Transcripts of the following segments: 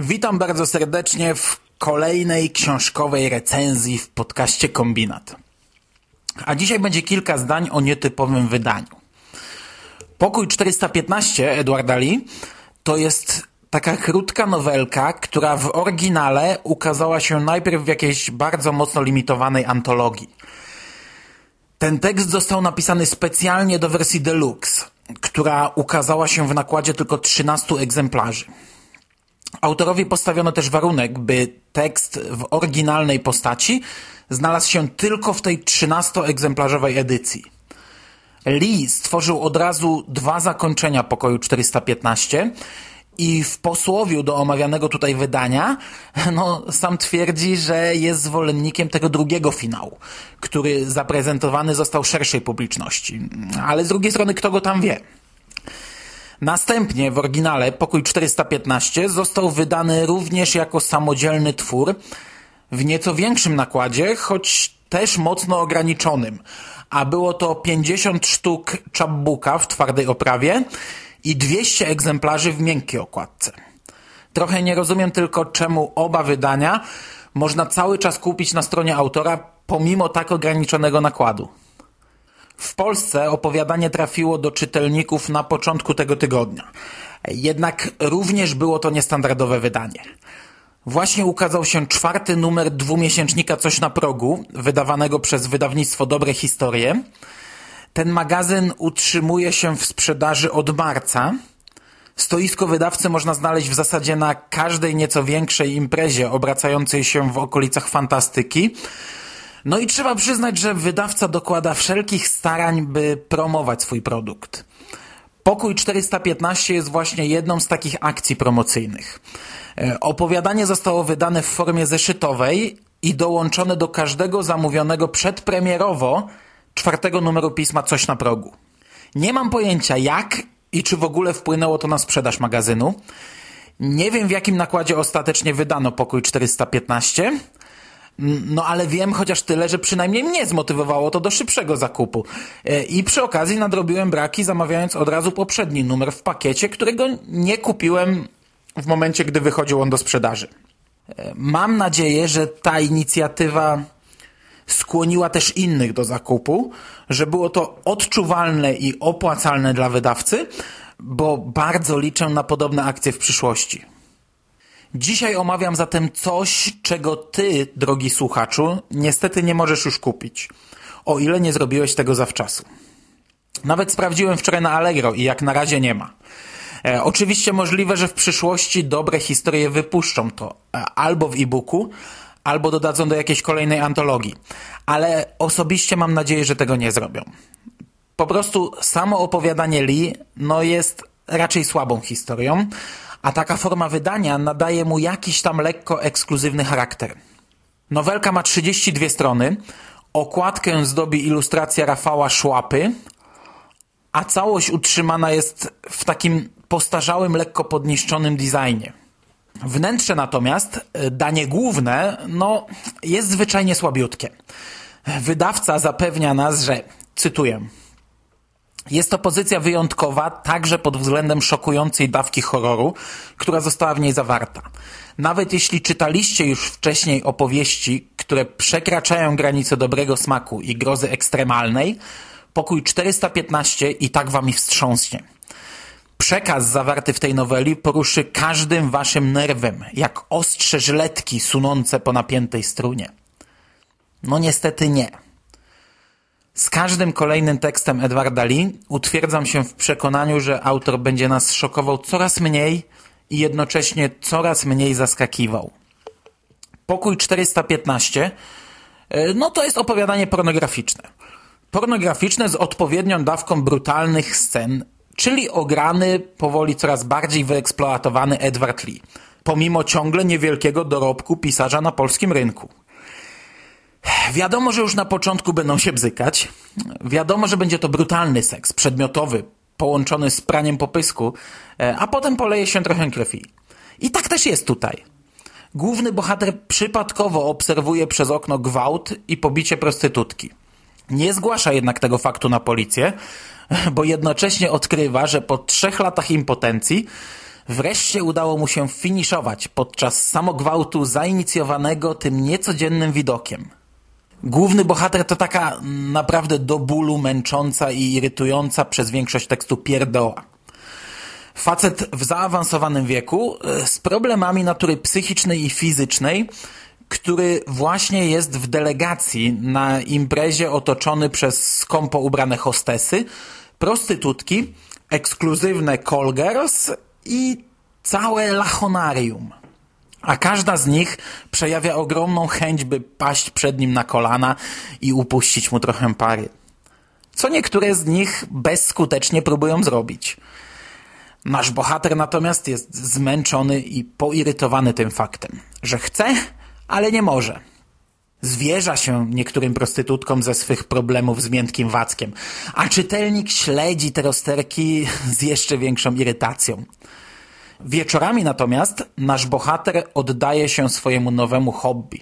Witam bardzo serdecznie w kolejnej książkowej recenzji w podcaście Kombinat. A dzisiaj będzie kilka zdań o nietypowym wydaniu. Pokój 415 Edwarda Lee to jest taka krótka nowelka, która w oryginale ukazała się najpierw w jakiejś bardzo mocno limitowanej antologii. Ten tekst został napisany specjalnie do wersji deluxe, która ukazała się w nakładzie tylko 13 egzemplarzy. Autorowi postawiono też warunek, by tekst w oryginalnej postaci znalazł się tylko w tej 13-egzemplarzowej edycji. Lee stworzył od razu 2 zakończenia pokoju 415 i w posłowiu do omawianego tutaj wydania sam twierdzi, że jest zwolennikiem tego drugiego finału, który zaprezentowany został szerszej publiczności. Ale z drugiej strony kto go tam wie? Następnie w oryginale pokój 415 został wydany również jako samodzielny twór w nieco większym nakładzie, choć też mocno ograniczonym, a było to 50 sztuk chapbooka w twardej oprawie i 200 egzemplarzy w miękkiej okładce. Trochę nie rozumiem tylko, czemu oba wydania można cały czas kupić na stronie autora pomimo tak ograniczonego nakładu. W Polsce opowiadanie trafiło do czytelników na początku tego tygodnia. Jednak również było to niestandardowe wydanie. Właśnie ukazał się 4. numer dwumiesięcznika Coś na progu, wydawanego przez wydawnictwo Dobre Historie. Ten magazyn utrzymuje się w sprzedaży od marca. Stoisko wydawcy można znaleźć w zasadzie na każdej nieco większej imprezie obracającej się w okolicach fantastyki. No i trzeba przyznać, że wydawca dokłada wszelkich starań, by promować swój produkt. Pokój 415 jest właśnie jedną z takich akcji promocyjnych. Opowiadanie zostało wydane w formie zeszytowej i dołączone do każdego zamówionego przedpremierowo 4. numeru pisma Coś na progu. Nie mam pojęcia jak i czy w ogóle wpłynęło to na sprzedaż magazynu. Nie wiem, w jakim nakładzie ostatecznie wydano Pokój 415, ale wiem chociaż tyle, że przynajmniej mnie zmotywowało to do szybszego zakupu. I przy okazji nadrobiłem braki, zamawiając od razu poprzedni numer w pakiecie, którego nie kupiłem w momencie, gdy wychodził on do sprzedaży. Mam nadzieję, że ta inicjatywa skłoniła też innych do zakupu, że było to odczuwalne i opłacalne dla wydawcy, bo bardzo liczę na podobne akcje w przyszłości. Dzisiaj omawiam zatem coś, czego ty, drogi słuchaczu, niestety nie możesz już kupić, o ile nie zrobiłeś tego zawczasu. Nawet sprawdziłem wczoraj na Allegro i jak na razie nie ma. Oczywiście możliwe, że w przyszłości Dobre Historie wypuszczą to albo w e-booku, albo dodadzą do jakiejś kolejnej antologii. Ale osobiście mam nadzieję, że tego nie zrobią. Po prostu samo opowiadanie Lee jest raczej słabą historią, a taka forma wydania nadaje mu jakiś tam lekko ekskluzywny charakter. Nowelka ma 32 strony, okładkę zdobi ilustracja Rafała Szłapy, a całość utrzymana jest w takim postarzałym, lekko podniszczonym designie. Wnętrze natomiast, danie główne, jest zwyczajnie słabiutkie. Wydawca zapewnia nas, że, cytuję, jest to pozycja wyjątkowa także pod względem szokującej dawki horroru, która została w niej zawarta. Nawet jeśli czytaliście już wcześniej opowieści, które przekraczają granice dobrego smaku i grozy ekstremalnej, Pokój 415 i tak wami wstrząśnie. Przekaz zawarty w tej noweli poruszy każdym waszym nerwem, jak ostrze żyletki sunące po napiętej strunie. Niestety nie. Z każdym kolejnym tekstem Edwarda Lee utwierdzam się w przekonaniu, że autor będzie nas szokował coraz mniej i jednocześnie coraz mniej zaskakiwał. Pokój 415 to jest opowiadanie pornograficzne. Pornograficzne z odpowiednią dawką brutalnych scen, czyli ograny, powoli coraz bardziej wyeksploatowany Edward Lee, pomimo ciągle niewielkiego dorobku pisarza na polskim rynku. Wiadomo, że już na początku będą się bzykać. Wiadomo, że będzie to brutalny seks, przedmiotowy, połączony z praniem popysku, a potem poleje się trochę krwi. I tak też jest tutaj. Główny bohater przypadkowo obserwuje przez okno gwałt i pobicie prostytutki. Nie zgłasza jednak tego faktu na policję, bo jednocześnie odkrywa, że po 3 latach impotencji Wreszcie udało mu się finiszować podczas samogwałtu zainicjowanego tym niecodziennym widokiem. Główny bohater to taka naprawdę do bólu męcząca i irytująca przez większość tekstu pierdoła. Facet w zaawansowanym wieku z problemami natury psychicznej i fizycznej, który właśnie jest w delegacji na imprezie otoczony przez skąpo ubrane hostesy, prostytutki, ekskluzywne call girls i całe lachonarium. A każda z nich przejawia ogromną chęć, by paść przed nim na kolana i upuścić mu trochę pary. Co niektóre z nich bezskutecznie próbują zrobić. Nasz bohater natomiast jest zmęczony i poirytowany tym faktem, że chce, ale nie może. Zwierza się niektórym prostytutkom ze swych problemów z miętkim wackiem, a czytelnik śledzi te rozterki z jeszcze większą irytacją. Wieczorami natomiast nasz bohater oddaje się swojemu nowemu hobby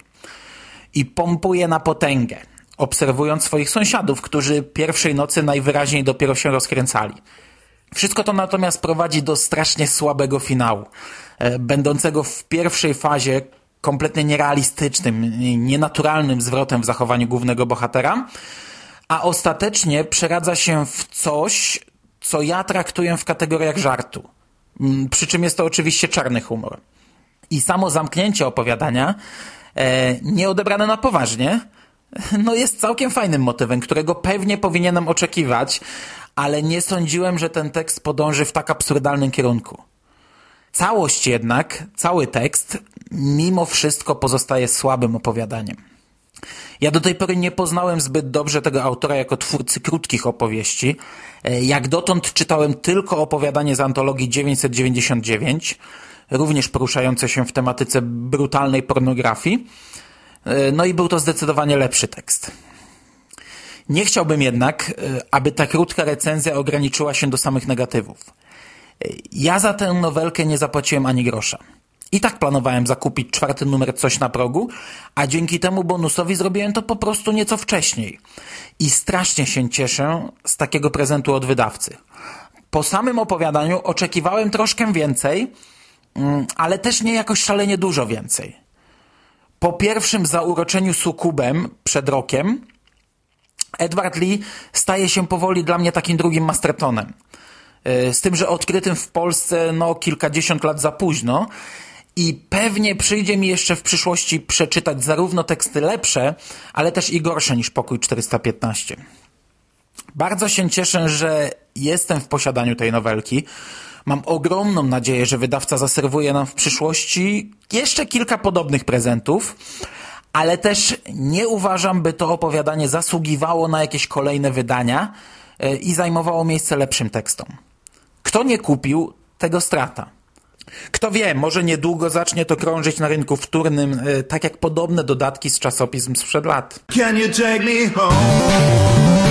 i pompuje na potęgę, obserwując swoich sąsiadów, którzy pierwszej nocy najwyraźniej dopiero się rozkręcali. Wszystko to natomiast prowadzi do strasznie słabego finału, będącego w pierwszej fazie kompletnie nierealistycznym, nienaturalnym zwrotem w zachowaniu głównego bohatera, a ostatecznie przeradza się w coś, co ja traktuję w kategoriach żartu. Przy czym jest to oczywiście czarny humor. I samo zamknięcie opowiadania, nie odebrane na poważnie, jest całkiem fajnym motywem, którego pewnie powinienem oczekiwać, ale nie sądziłem, że ten tekst podąży w tak absurdalnym kierunku. Całość jednak, cały tekst, mimo wszystko pozostaje słabym opowiadaniem. Ja do tej pory nie poznałem zbyt dobrze tego autora jako twórcy krótkich opowieści. Jak dotąd czytałem tylko opowiadanie z antologii 999, również poruszające się w tematyce brutalnej pornografii. I był to zdecydowanie lepszy tekst. Nie chciałbym jednak, aby ta krótka recenzja ograniczyła się do samych negatywów. Ja za tę nowelkę nie zapłaciłem ani grosza. I tak planowałem zakupić 4. numer Coś na progu, a dzięki temu bonusowi zrobiłem to po prostu nieco wcześniej. I strasznie się cieszę z takiego prezentu od wydawcy. Po samym opowiadaniu oczekiwałem troszkę więcej, ale też nie jakoś szalenie dużo więcej. Po pierwszym zauroczeniu sukubem przed rokiem Edward Lee staje się powoli dla mnie takim drugim Mastertonem. Z tym, że odkrytym w Polsce kilkadziesiąt lat za późno i pewnie przyjdzie mi jeszcze w przyszłości przeczytać zarówno teksty lepsze, ale też i gorsze niż Pokój 415. Bardzo się cieszę, że jestem w posiadaniu tej nowelki. Mam ogromną nadzieję, że wydawca zaserwuje nam w przyszłości jeszcze kilka podobnych prezentów, ale też nie uważam, by to opowiadanie zasługiwało na jakieś kolejne wydania i zajmowało miejsce lepszym tekstom. Kto nie kupił, tego strata. Kto wie, może niedługo zacznie to krążyć na rynku wtórnym, tak jak podobne dodatki z czasopism sprzed lat. Can you take me home?